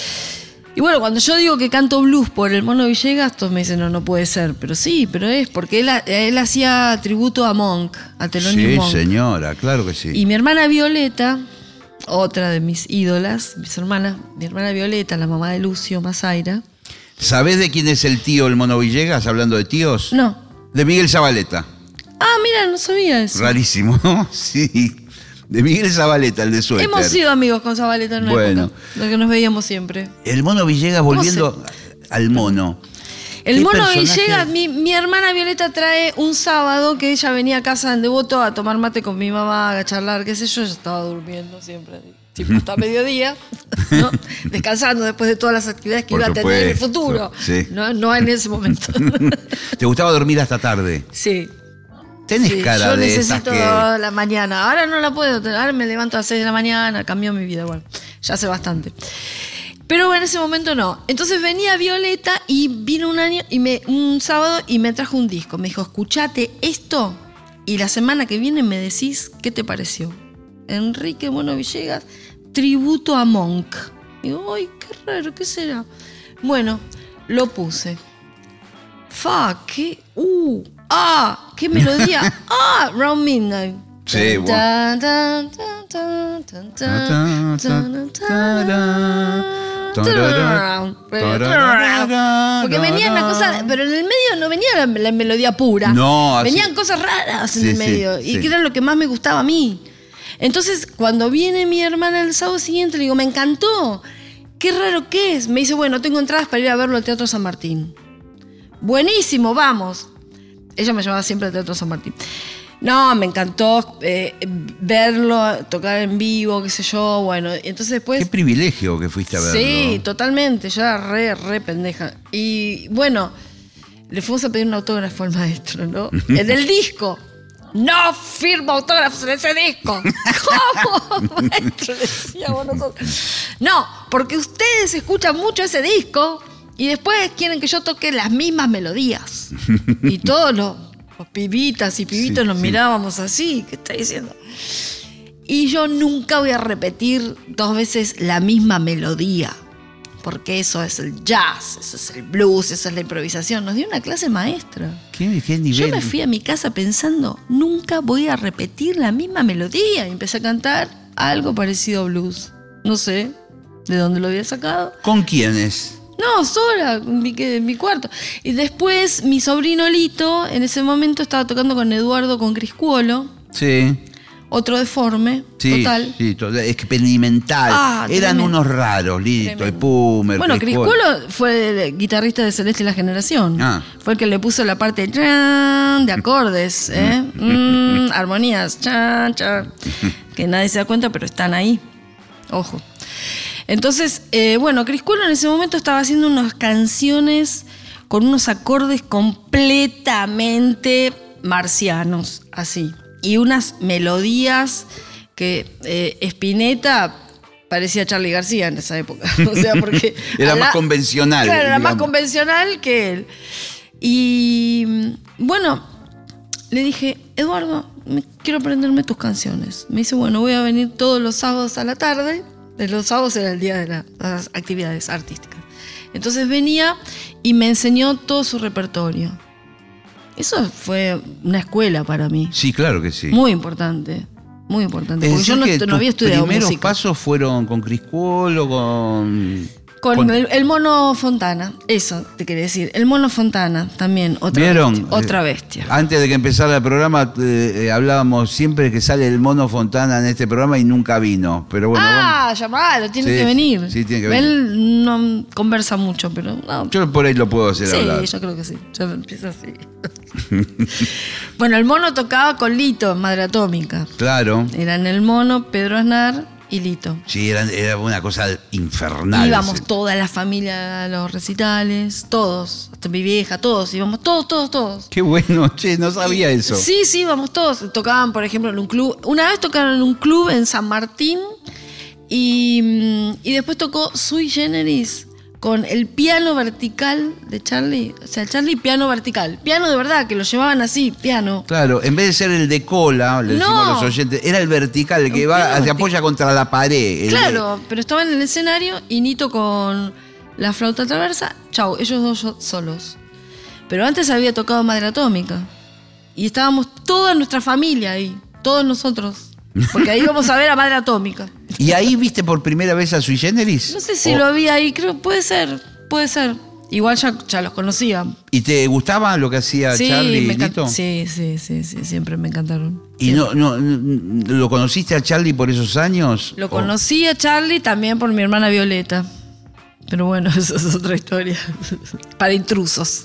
Y bueno, cuando yo digo que canto blues por el Mono Villegas, todos me dicen, no puede ser. Pero sí, pero es, porque él hacía tributo a Monk, a Thelonious Sí, Monk. señora, claro que sí. Y mi hermana Violeta, otra de mis ídolas, mi hermana Violeta, la mamá de Lucio Mazaira. ¿Sabés de quién es el tío el Mono Villegas, hablando de tíos? No. De Miguel Zabaleta. Ah, mira, no sabía eso. Rarísimo, sí. De Miguel Zabaleta, el de suéter. Hemos sido amigos con Zabaleta en una Bueno. época, lo que nos veíamos siempre. El Mono Villegas, volviendo al mono. El ¿Qué Mono personaje? Villegas, mi hermana Violeta trae un sábado que ella venía a casa en Devoto a tomar mate con mi mamá, a charlar, qué sé yo estaba durmiendo siempre, tipo hasta mediodía, ¿no? Descansando después de todas las actividades que Por iba a tener en el supuesto, futuro. sí. No en ese momento. ¿Te gustaba dormir hasta tarde? Sí. tenés cara yo de necesito esas que... la mañana. Ahora no la puedo tener. Ahora me levanto a las 6 de la mañana, cambió mi vida. Bueno, ya hace bastante. Pero en ese momento no. Entonces venía Violeta y vino un sábado y me trajo un disco. Me dijo, escuchate esto y la semana que viene me decís qué te pareció. Enrique Bueno Villegas, tributo a Monk. Digo, ay, qué raro, ¿qué será? Bueno, lo puse. ¿Qué? ¡Qué melodía! Round Midnight. Sí, bueno. Porque venía una cosa, pero en el medio no venía la melodía pura. No, así. Venían cosas raras en Sí, el medio. sí, y sí. que era lo que más me gustaba a mí. Entonces, cuando viene mi hermana el sábado siguiente, le digo, me encantó. Qué raro que es. Me dice, bueno, tengo entradas para ir a verlo al Teatro San Martín. Buenísimo, vamos. Ella me llevaba siempre al Teatro San Martín. No, me encantó verlo, tocar en vivo, qué sé yo. Bueno, entonces después... Qué privilegio que fuiste a verlo. Sí, totalmente. Yo era re pendeja. Y bueno, le fuimos a pedir un autógrafo al maestro, ¿no? En el disco. No firmo autógrafos en ese disco. ¿Cómo, maestro? Le decíamos nosotros. No, porque ustedes escuchan mucho ese disco y después quieren que yo toque las mismas melodías. Y todos los pibitas y pibitos nos mirábamos así. ¿Qué está diciendo? Y yo nunca voy a repetir 2 veces la misma melodía. Porque eso es el jazz, eso es el blues, eso es la improvisación. Nos dio una clase maestra. ¿Qué nivel? Yo me fui a mi casa pensando, nunca voy a repetir la misma melodía. Y empecé a cantar algo parecido a blues. No sé de dónde lo había sacado. ¿Con quiénes? No, sola, en mi cuarto. Y después mi sobrino Lito, en ese momento estaba tocando con Eduardo, con Criscuolo. Sí. Otro deforme, Sí, total. sí, experimental. Eran Tremendo. unos raros, Lito, Tremendo. y Pumer. Bueno, Criscuolo. Criscuolo fue el guitarrista de Celeste y la Generación. Fue el que le puso la parte de acordes, armonías, que nadie se da cuenta, pero están ahí. Ojo. Entonces, bueno, Criscuolo en ese momento estaba haciendo unas canciones con unos acordes completamente marcianos, así. Y unas melodías que Spinetta parecía Charly García en esa época. O sea, porque... Era más convencional. Claro, era más digamos. convencional que él. Y bueno, le dije, Eduardo, quiero aprenderme tus canciones. Me dice, bueno, voy a venir todos los sábados a la tarde. Los sábados era el día de las actividades artísticas. Entonces venía y me enseñó todo su repertorio. Eso fue una escuela para mí. Sí, claro que sí. Muy importante. Muy importante. Es Porque yo decir, que no había tus estudiado primeros música. pasos fueron con Criscuolo, Con el Mono Fontana. Eso te quería decir. El Mono Fontana también. ¿Vieron? Otra bestia. Antes de que empezara el programa, hablábamos siempre que sale el Mono Fontana en este programa y nunca vino. Pero bueno, llamalo, tiene Sí, que venir. sí, tiene que venir. Él no conversa mucho, pero no. yo por ahí lo puedo hacer Sí, hablar. yo creo que sí. Ya empieza así. Bueno, el Mono tocaba con Lito en Madre Atómica. Claro. Eran el Mono, Pedro Aznar y Lito. Sí, era una cosa infernal. Íbamos toda la familia a los recitales, todos, hasta mi vieja, todos, íbamos todos. Qué bueno, che, no sabía eso. Sí, íbamos todos. Tocaban, por ejemplo, en un club. Una vez tocaron en un club en San Martín y después tocó Sui Generis con el piano vertical de Charly. O sea, Charly piano vertical. Piano de verdad, que lo llevaban así, piano. Claro, en vez de ser el de cola, le decimos a los oyentes, era el vertical, el que se apoya contra la pared. Claro, pero estaban en el escenario y Nito con la flauta traversa. Chau, ellos dos solos. Pero antes había tocado Madre Atómica. Y estábamos toda nuestra familia ahí, todos nosotros. Porque ahí íbamos a ver a Madre Atómica. ¿Y ahí viste por primera vez a Sui Generis? No sé si lo vi ahí, creo, puede ser. Igual ya los conocía. ¿Y te gustaba lo que hacía Charly y Lito? Sí, siempre me encantaron. ¿Y Siempre. no lo conociste a Charly por esos años? Lo conocí a Charly también por mi hermana Violeta. Pero bueno, eso es otra historia. Para intrusos.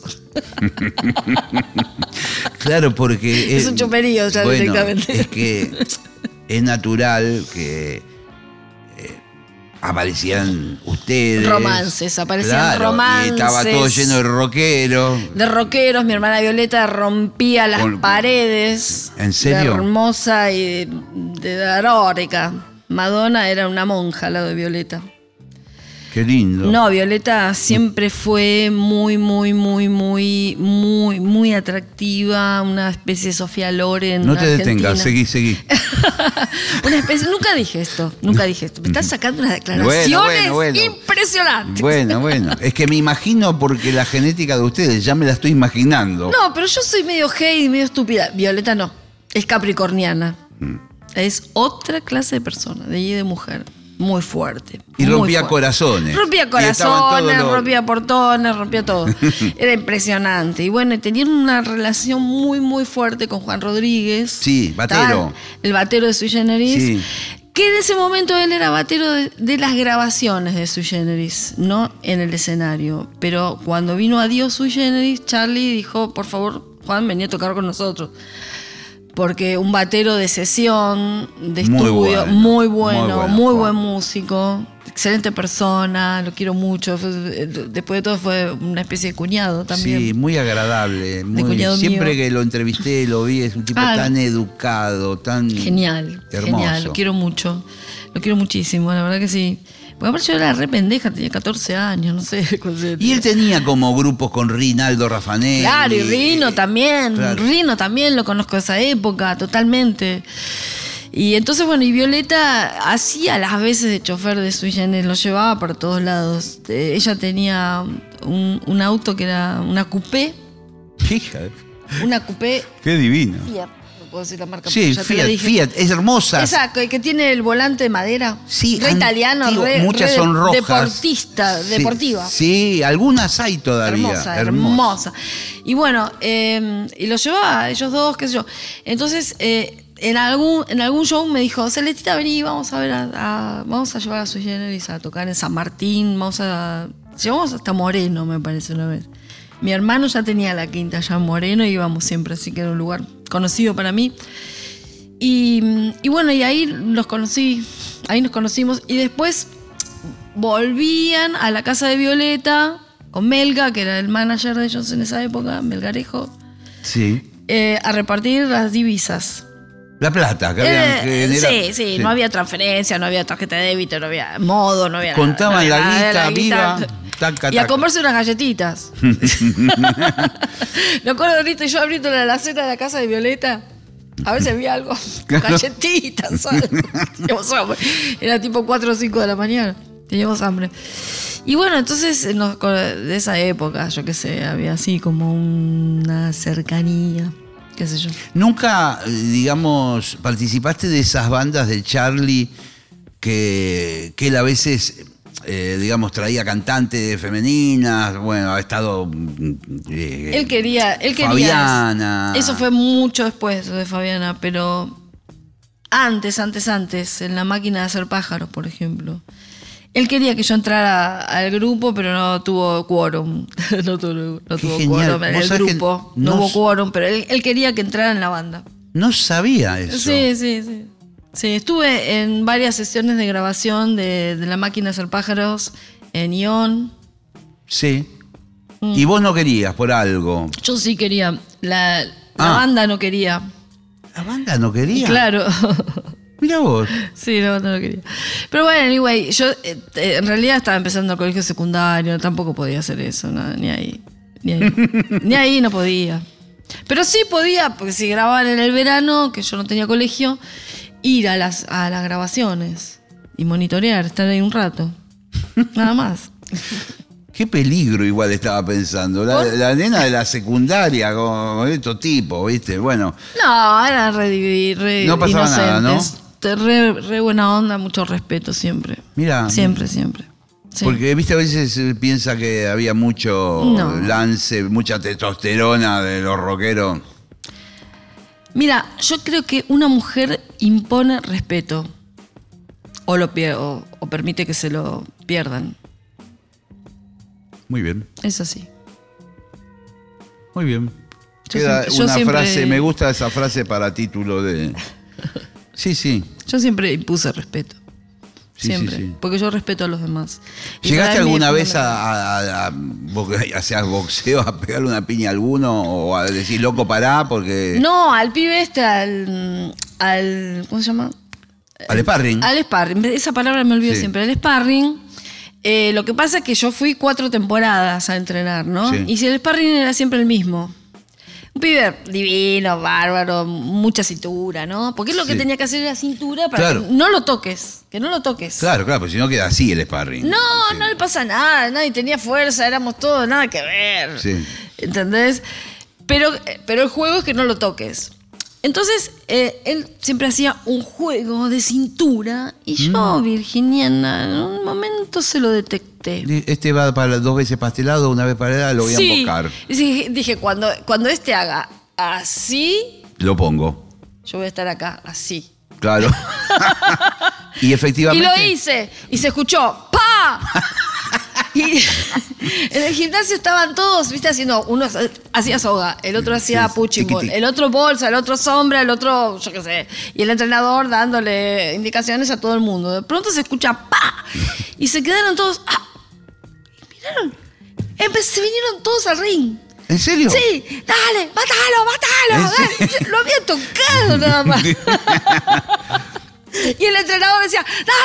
Claro, porque... Es un choperío ya directamente. Es que es natural que aparecían ustedes. Romances, aparecían Claro, romances. y estaba todo lleno de rockeros. De rockeros, mi hermana Violeta rompía las paredes. ¿En serio? De Hermosa y de Darórica. Madonna era una monja al lado de Violeta. Qué lindo. No, Violeta siempre fue muy atractiva, una especie de Sofía Loren. No te argentina. detengas, seguí. Una especie, nunca dije esto. Me estás sacando unas declaraciones Bueno. impresionantes. Bueno. Es que me imagino porque la genética de ustedes, ya me la estoy imaginando. No, pero yo soy medio gay y medio estúpida. Violeta no, es capricorniana. Es otra clase de persona, de mujer. Muy fuerte. Y muy rompía fuerte. corazones. Rompía corazones, rompía portones, rompía todo. Era impresionante. Y bueno, tenían una relación muy fuerte con Juan Rodríguez. Sí, batero. El batero de Sui Generis. Sí. Que en ese momento él era batero de las grabaciones de Sui Generis, no en el escenario. Pero cuando vino Adiós Sui Generis, Charlie dijo, por favor, Juan, vení a tocar con nosotros. Porque un batero de sesión, de estudio, muy buen músico, excelente persona, lo quiero mucho. Después de todo fue una especie de cuñado también. Sí, muy agradable. Siempre que lo entrevisté, lo vi, es un tipo tan educado, tan genial, hermoso. Genial, lo quiero mucho, lo quiero muchísimo, la verdad que sí. Porque aparte yo era re pendeja, tenía 14 años, no sé. Y él tenía como grupos con Rinaldo Raffanelli. Claro, y Rino también. Claro. Rino también lo conozco de esa época, totalmente. Y entonces, bueno, y Violeta hacía las veces de chofer de Sui Generis, lo llevaba para todos lados. Ella tenía un auto que era una coupé. Fíjate. Una coupé. Qué divino. Fiat. Puedo decir la marca. Sí, ya te la dije. Fiat, es hermosa. Esa que tiene el volante de madera. Sí, re italiano, muchas son rojas. Deportiva. Sí, algunas hay todavía. Hermosa. Y bueno, y los llevaba ellos dos, qué sé yo. Entonces, en algún show me dijo, Celestita, vení, vamos a ver vamos a llevar a Sui Generis a tocar en San Martín, llevamos hasta Moreno, me parece, una vez. Mi hermano ya tenía la quinta allá en Moreno y íbamos siempre, así que era un lugar conocido para mí. Y bueno, y ahí nos conocimos y después volvían a la casa de Violeta con Melga, que era el manager de ellos en esa época, Melgarejo, sí. A repartir las divisas. La plata que habían generado. Sí, no había transferencia, no había tarjeta de débito, no había modo, no había nada. Contaban la guita viva. Y a comerse unas galletitas. Me acuerdo ahorita yo abriendo la alacena de la casa de Violeta. A veces había algo. Galletitas, ¿sabes? Teníamos hambre. Era tipo 4 o 5 de la mañana. Teníamos hambre. Y bueno, entonces de esa época, yo qué sé, había así como una cercanía. Qué sé yo. ¿Nunca, digamos, participaste de esas bandas de Charlie que él a veces, digamos, traía cantantes femeninas? Bueno, ha estado... Él quería Fabiana. Eso fue mucho después de Fabiana, pero antes, en La Máquina de Hacer Pájaros, por ejemplo. Él quería que yo entrara al grupo, pero no tuvo quórum. no tuvo quórum en el grupo. No hubo quórum, pero él quería que entrara en la banda. No sabía eso. Sí. Sí, estuve en varias sesiones de grabación de La Máquina de Hacer Pájaros en Ion. Sí. Y vos no querías por algo. Yo sí quería. La banda no quería. ¿La banda no quería? Claro. Mira vos. Sí, la banda no quería. Pero bueno, anyway, yo en realidad estaba empezando el colegio secundario, tampoco podía hacer eso, no, ni ahí. Ni ahí no podía. Pero sí podía, porque si grababan en el verano, que yo no tenía colegio, ir a las grabaciones y monitorear, estar ahí un rato. Nada más. Qué peligro igual estaba pensando. La nena de la secundaria con estos tipos, ¿viste? Bueno. No, era re no pasaba nada, ¿no? Re buena onda, mucho respeto siempre. Mira. Siempre. Sí. Porque, viste, a veces piensa que había mucho lance, mucha testosterona de los rockeros. Mira, yo creo que una mujer impone respeto. O permite que se lo pierdan. Muy bien. Es así. Muy bien. Queda una frase, me gusta esa frase para título de... Sí. Yo siempre impuse respeto. Sí, siempre. sí, sí. Porque yo respeto a los demás. Y ¿Llegaste para mí alguna es vez fundamental. vos que hacías boxeo, a pegarle una piña a alguno o a decir, loco, pará, porque... No, al pibe ¿cómo se llama? Al sparring. Al sparring. Esa palabra me olvido Sí. siempre. Al sparring. Lo que pasa es que yo fui 4 temporadas a entrenar, ¿no? Sí. Y si el sparring era siempre el mismo. Un pibe divino, bárbaro, mucha cintura, ¿no? Porque es lo que Sí. tenía que hacer la cintura para Claro. que no lo toques, que no lo toques. Claro, porque si no queda así el sparring. No, Sí. no le pasa nada, nadie tenía fuerza, éramos todos, nada que ver. Sí. ¿Entendés? Pero el juego es que no lo toques. Entonces, él siempre hacía un juego de cintura y yo, virginiana, en un momento se lo detecté. Este va para 2 veces para este lado, 1 vez para allá, lo voy a Sí. embocar. Dije, cuando este haga así, Lo pongo. yo voy a estar acá, así. Claro. Y Y efectivamente... lo hice, y se escuchó ¡pa! Y en el gimnasio estaban todos, viste, haciendo, uno hacía soga, el otro hacía Sí, punching ball, tiqui, tiqui. el otro bolsa, el otro sombra, el otro, yo qué sé, y el entrenador dándole indicaciones a todo el mundo. De pronto se escucha ¡pa! Y se quedaron todos, ¡ah! Y miraron, se vinieron todos al ring. ¿En serio? Sí, dale, mátalo, ¿En dale. Lo había tocado nada más. Y el entrenador decía,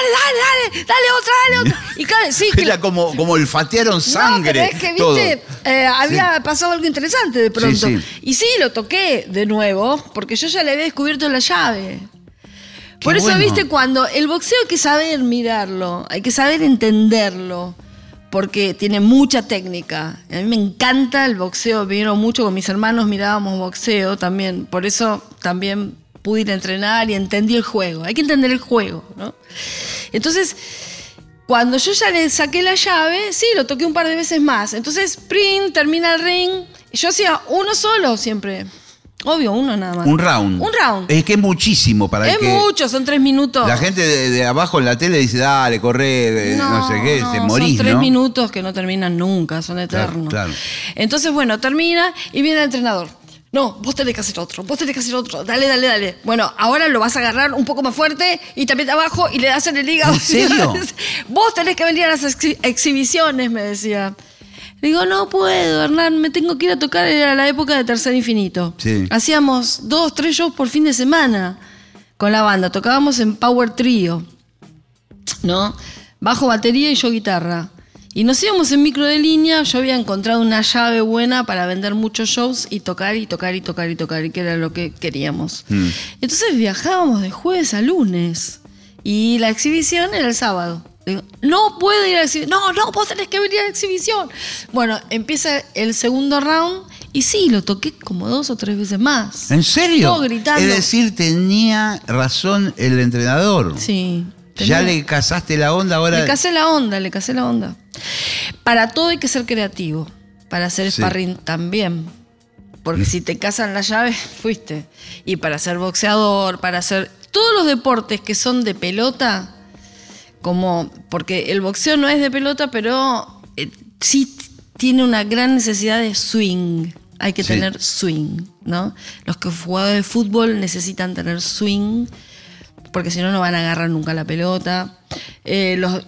dale otra. Y claro, sí, que Era como olfatearon sangre. no, pero es que, todo. viste, había pasado algo interesante de pronto. Sí, sí. Y sí, lo toqué de nuevo, porque yo ya le había descubierto la llave. Por eso, bueno. viste, cuando el boxeo hay que saber mirarlo, hay que saber entenderlo, porque tiene mucha técnica. A mí me encanta el boxeo, vieron mucho con mis hermanos, mirábamos boxeo también, por eso también pude ir a entrenar y entendí el juego. Hay que entender el juego, ¿no? Entonces, cuando yo ya le saqué la llave, sí, lo toqué un par de veces más. Entonces, sprint, termina el ring. Yo hacía uno solo siempre. Obvio, uno nada más. Un round. Un round. Es que es muchísimo para Es que... mucho, son 3 minutos. La gente de abajo en la tele dice, dale, corre, no sé qué, te morís, son 3 ¿no? minutos que no terminan nunca, son eternos. Claro. Entonces, bueno, termina y viene el entrenador. No, vos tenés que hacer otro, dale. Bueno, ahora lo vas a agarrar un poco más fuerte y también de abajo y le das en el hígado. ¿En serio? Vos tenés que venir a las exhibiciones, me decía. Le digo, no puedo, Hernán, me tengo que ir a tocar. Era la época de Tercer Infinito. Sí. Hacíamos 2, 3 shows por fin de semana con la banda. Tocábamos en Power Trio, ¿no? Bajo, batería y yo guitarra. Y nos íbamos en micro de línea. Yo había encontrado una llave buena para vender muchos shows y tocar, y que era lo que queríamos. Entonces viajábamos de jueves a lunes. Y la exhibición era el sábado. Digo, no puedo ir a la exhibición. No, vos tenés que venir a la exhibición. Bueno, empieza el segundo round y sí, lo toqué como 2 o 3 veces más. ¿En serio? Todo gritando. Es decir, tenía razón el entrenador. Sí. Ya le casaste la onda ahora. Le casé la onda. Para todo hay que ser creativo. Para hacer Sí. sparring también. Porque si te casan la llave, fuiste. Y para ser boxeador, para hacer todos los deportes que son de pelota, porque el boxeo no es de pelota, pero sí tiene una gran necesidad de swing. Hay que Sí. tener swing, ¿no? Los jugadores de fútbol necesitan tener swing, porque si no, no van a agarrar nunca la pelota. Los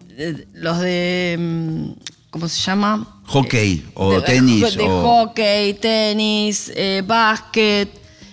de, ¿cómo se llama? Hockey o De tenis. hockey, tenis, básquet,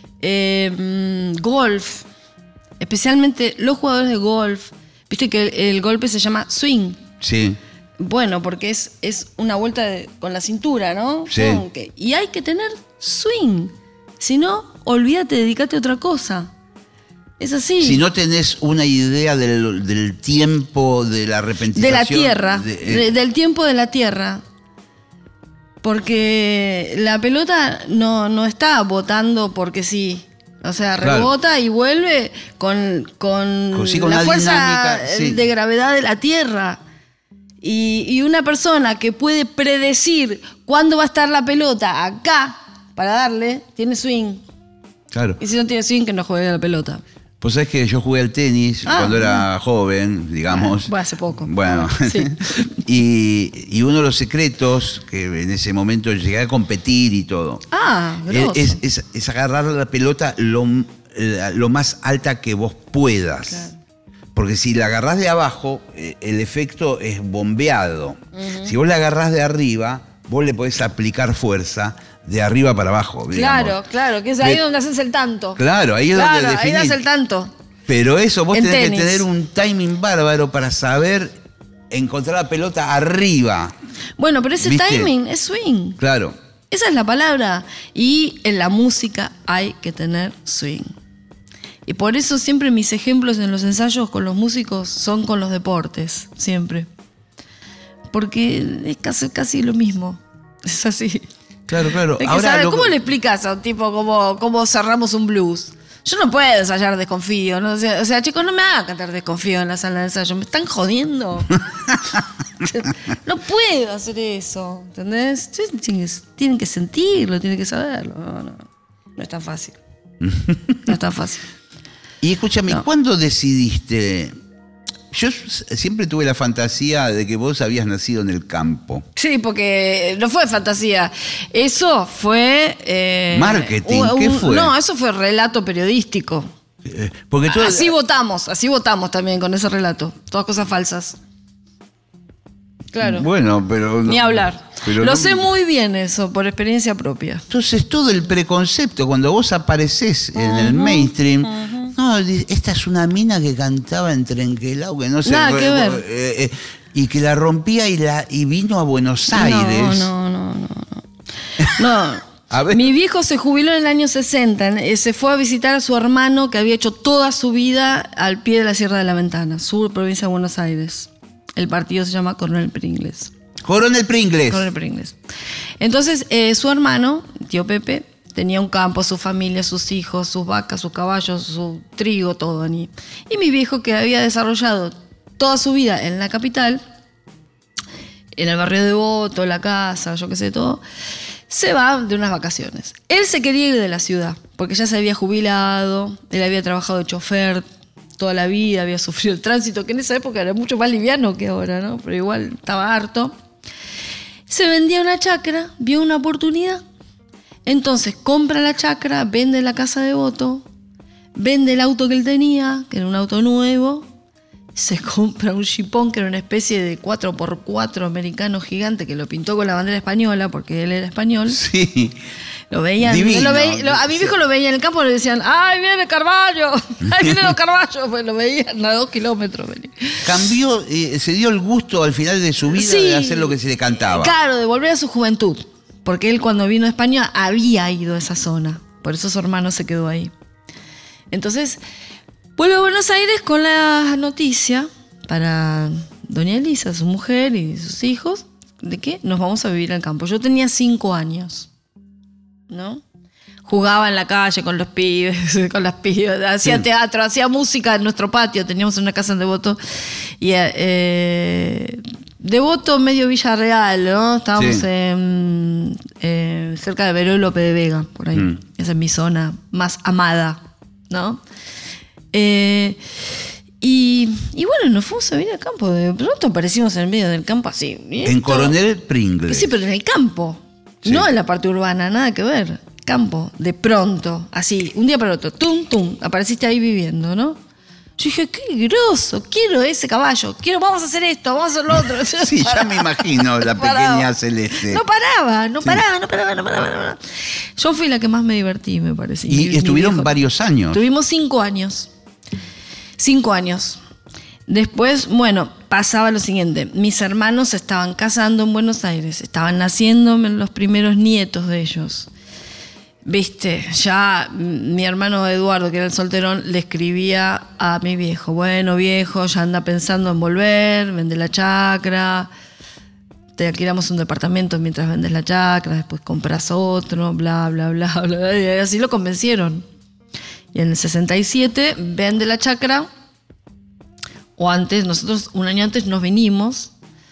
golf. Especialmente los jugadores de golf. Viste que el golpe se llama swing. Sí. Bueno, porque es una vuelta con la cintura, ¿no? Sí. Y hay que tener swing. Si no, olvídate, dedícate a otra cosa. Es así. Si no tenés una idea del tiempo de la repentización. De la tierra, del tiempo de la tierra. Porque la pelota no está botando porque sí. O sea, Claro. rebota y vuelve con Sí, con la una fuerza dinámica, sí. de gravedad de la tierra. Y una persona que puede predecir cuándo va a estar la pelota acá para darle, tiene swing. Claro. Y si no tiene swing, que no juegue a la pelota. Pues sabés que yo jugué al tenis cuando era joven, digamos. Bueno, hace poco. Bueno, Sí. y uno de los secretos que en ese momento llegué a competir y todo, Grosso. es agarrar la pelota lo más alta que vos puedas. Claro. Porque si la agarrás de abajo, el efecto es bombeado. Si vos la agarrás de arriba, vos le podés aplicar fuerza de arriba para abajo. Digamos. Claro, que es ahí donde haces el tanto. Claro, ahí es donde definís. Ahí das el tanto. Pero eso, vos tenés tenis. que tener un timing bárbaro para saber encontrar la pelota arriba. Bueno, pero ese ¿Viste? timing es swing. Claro. Esa es la palabra. Y en la música hay que tener swing. Y por eso siempre mis ejemplos en los ensayos con los músicos son con los deportes, siempre. Porque es casi lo mismo. Es así. Claro. Hay que saber, ¿cómo le explicas a un tipo cómo cerramos un blues? Yo no puedo ensayar Desconfío, ¿no? O sea, chicos, no me hagan cantar Desconfío en la sala de ensayo. Me están jodiendo. No puedo hacer eso, ¿entendés? Tienen que sentirlo, tienen que saberlo. No es tan fácil. No es tan fácil. Y escúchame, No. ¿cuándo decidiste? Yo siempre tuve la fantasía de que vos habías nacido en el campo. Sí, porque no fue fantasía. Eso fue... Marketing, ¿qué fue? No, eso fue relato periodístico. Porque tú, Así votamos también con ese relato. Todas cosas falsas. Claro. Bueno, pero... Ni hablar. pero Lo no- sé muy bien eso, por experiencia propia. Entonces todo el preconcepto, cuando vos aparecés en el mainstream, no, esta es una mina que cantaba en Trenquelau, que no sé... Nada que ver. Y que la rompía y vino a Buenos Aires. No. A ver. Mi viejo se jubiló en el año 60. Se fue a visitar a su hermano que había hecho toda su vida al pie de la Sierra de la Ventana, sur provincia de Buenos Aires. El partido se llama Coronel Pringles. Coronel Pringles. Coronel Pringles. Entonces, su hermano, tío Pepe, tenía un campo, su familia, sus hijos, sus vacas, sus caballos, su trigo, todo. Y mi viejo, que había desarrollado toda su vida en la capital, en el barrio de Devoto, la casa, yo qué sé, todo, se va de unas vacaciones. Él se quería ir de la ciudad, porque ya se había jubilado, él había trabajado de chofer toda la vida, había sufrido el tránsito, que en esa época era mucho más liviano que ahora, ¿no? Pero igual estaba harto. Se vendía una chacra, vio una oportunidad. Entonces compra la chacra, vende la casa de Devoto, vende el auto que él tenía, que era un auto nuevo, se compra un jipón que era una especie de 4x4 americano gigante que lo pintó con la bandera española porque él era español. Sí. Lo veían. Divino. A mi viejo lo veía en el campo y le decían, ¡ay, viene Carballo! ¡Ay, vienen los Carballos! Pues lo veían a 2 kilómetros. Cambió, se dio el gusto al final de su vida Sí, de hacer lo que se le cantaba. Claro, de volver a su juventud. Porque él cuando vino a España había ido a esa zona. Por eso su hermano se quedó ahí. Entonces, vuelve a Buenos Aires con la noticia para doña Elisa, su mujer y sus hijos, de que nos vamos a vivir al campo. Yo tenía 5 años, ¿no? Jugaba en la calle con los pibes, con las pibas, hacía teatro, hacía música en nuestro patio, teníamos una casa en Devoto. Y Devoto, medio Villarreal, ¿no? Estábamos cerca de Verón y Lope de Vega, por ahí. Esa es mi zona más amada, ¿no? Y bueno, nos fuimos a vivir al campo. De pronto aparecimos en el medio del campo así. En Coronel Pringles. Sí, pero en el campo. Sí. No en la parte urbana, nada que ver. Campo, de pronto, así, un día para otro, tum, tum, apareciste ahí viviendo, ¿no? Yo dije, qué groso, quiero ese caballo, vamos a hacer esto, vamos a hacer lo otro. Sí, ya me imagino la pequeña Celeste. No paraba. Yo fui la que más me divertí, me parece. Y estuvieron varios años. Tuvimos 5 años. 5 años. Después, bueno, pasaba lo siguiente. Mis hermanos se estaban casando en Buenos Aires. Estaban naciendo los primeros nietos de ellos. Viste, ya mi hermano Eduardo, que era el solterón, le escribía a mi viejo. Bueno, viejo, ya anda pensando en volver, vende la chacra. Te alquilamos un departamento mientras vendes la chacra, después compras otro, bla, bla, bla, bla. Y así lo convencieron. Y en el 67 vende la chacra. O antes, nosotros un año antes nos vinimos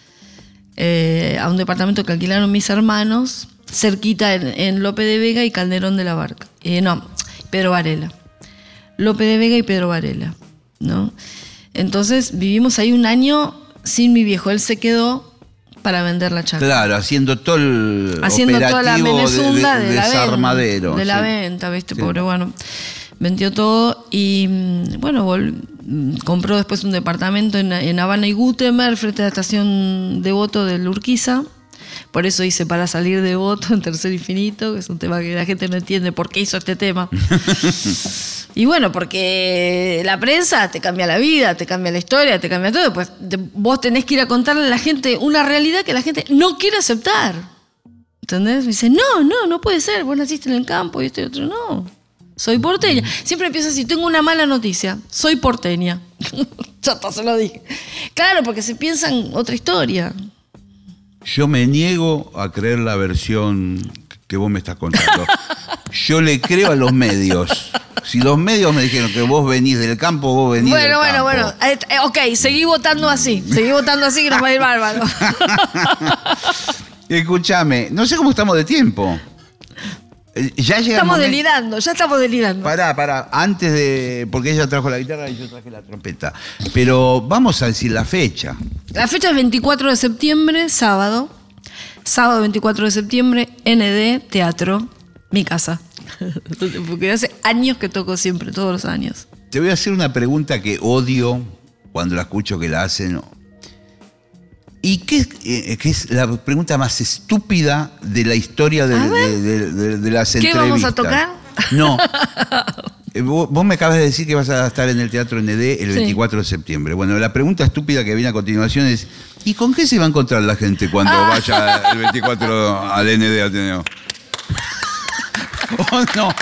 a un departamento que alquilaron mis hermanos, cerquita en Lope de Vega y Calderón de la Barca. Pedro Varela. Lope de Vega y Pedro Varela, ¿no? Entonces vivimos ahí un año sin mi viejo. Él se quedó para vender la chacra. Claro, haciendo todo el haciendo toda la operativo menezunda de la desarmadero. venta. De la Sí. venta, ¿viste? Sí. Pobre, bueno. Vendió todo y, bueno, compró después un departamento en Habana y Gutemer, frente a la estación Devoto del Urquiza. Por eso hice Para salir de Devoto en Tercer Infinito, que es un tema que la gente no entiende por qué hizo este tema. Y bueno, porque la prensa te cambia la vida, te cambia la historia, te cambia todo. Pues vos tenés que ir a contarle a la gente una realidad que la gente no quiere aceptar. ¿Entendés? Me dice, no puede ser, vos naciste en el campo y esto y otro. No, soy porteña. Siempre empiezo así, tengo una mala noticia, soy porteña. Ya hasta se lo dije. Claro, porque se piensan otra historia. Yo me niego a creer la versión que vos me estás contando. Yo le creo a los medios. Si los medios me dijeron que vos venís del campo, vos venís del campo. Bueno. Ok, seguí votando así que nos va a ir bárbaro. Escúchame, no sé cómo estamos de tiempo. Ya estamos delirando. Pará, antes de... Porque ella trajo la guitarra y yo traje la trompeta. Pero vamos a decir la fecha. La fecha es 24 de septiembre, sábado. Sábado 24 de septiembre, ND, Teatro, mi casa. Porque hace años que toco siempre, todos los años. Te voy a hacer una pregunta que odio cuando la escucho que la hacen. ¿Y qué es la pregunta más estúpida de la historia de las entrevistas? ¿Qué vamos a tocar? No. Vos me acabas de decir que vas a estar en el Teatro ND el 24 de septiembre. Bueno, la pregunta estúpida que viene a continuación es: ¿y con qué se va a encontrar la gente cuando vaya el 24 al ND Ateneo? ¿O no?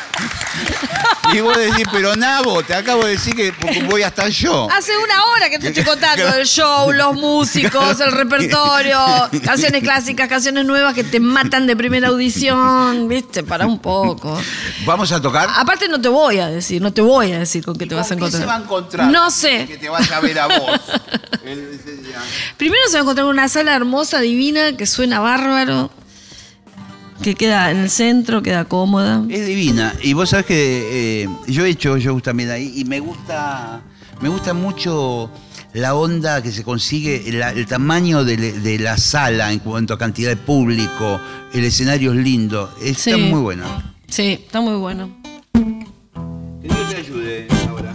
Y vos decís, pero Nabo, te acabo de decir que voy a estar yo. Hace una hora que te estoy contando el show, los músicos, el repertorio, canciones clásicas, canciones nuevas que te matan de primera audición, ¿viste? Para un poco. ¿Vamos a tocar? Aparte no te voy a decir con qué te vas a encontrar. ¿Con qué se va a encontrar? No sé. Que te vaya a ver a vos. Primero se va a encontrar una sala hermosa, divina, que suena bárbaro. Que queda en el centro, queda cómoda. Es divina. Y vos sabés que yo he hecho shows también ahí y me gusta mucho la onda que se consigue, el tamaño de la sala en cuanto a cantidad de público, el escenario es lindo. Está muy bueno. Sí, está muy bueno. Que Dios te ayude ahora.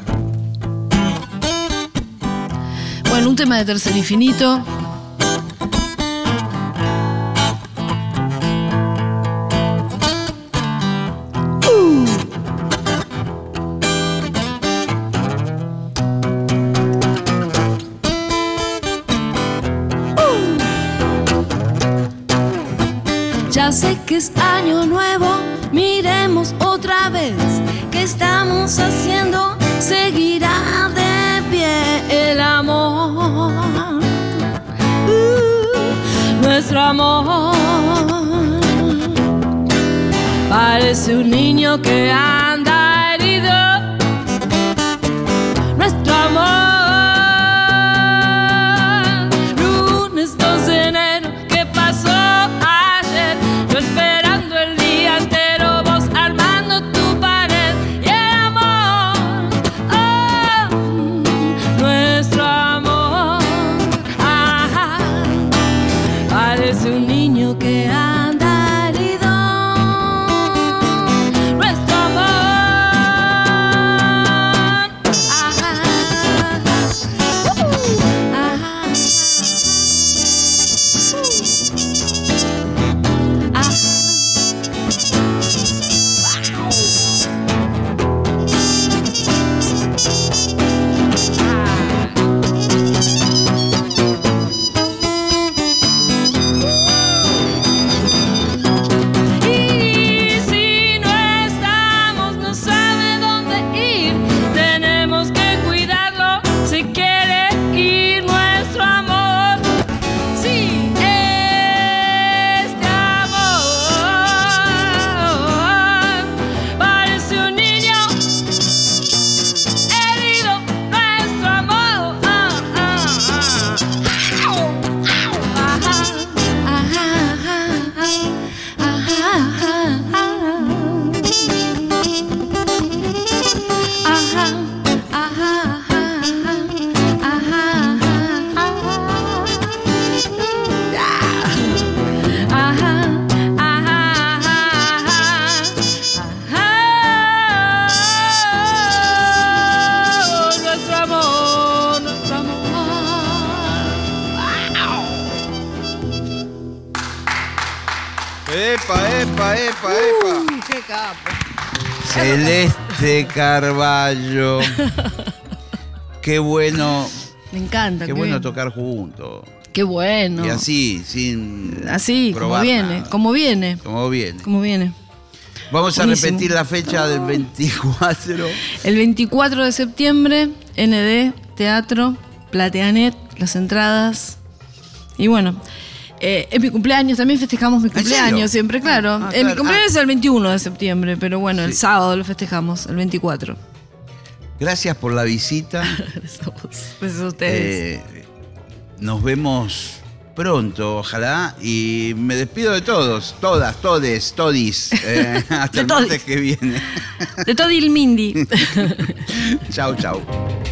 Bueno, un tema de Tercer Infinito. Ya sé que es año nuevo, miremos otra vez qué estamos haciendo, seguirá de pie el amor, nuestro amor. Parece un niño que anda herido, nuestro amor. Lunes 2 de enero, ¿qué pasó? Yo esperando el día entero, vos armando tu pared y el amor, nuestro amor, parece un niño que anda herido, nuestro amor. ¡Epa, epa, epa, epa! ¡Qué capo! Celeste Carballo. Qué bueno. Me encanta. Qué bueno tocar juntos. Qué bueno. Y así, sin así, como viene, nada. como viene. Como viene. Como viene. Vamos a Buenísimo. repetir la fecha del 24. El 24 de septiembre, ND, Teatro, Plateanet, las entradas. Y bueno, es mi cumpleaños, también festejamos mi cumpleaños serio? siempre, claro. Ah, Mi claro. cumpleaños es el 21 de septiembre, pero bueno, el Sí. sábado lo festejamos, el 24. Gracias por la visita. Gracias a ustedes. Nos vemos pronto, ojalá. Y me despido de todos, todas, todes, todis. Hasta De el todis. martes que viene. De Todil Mindy. Chau, chau.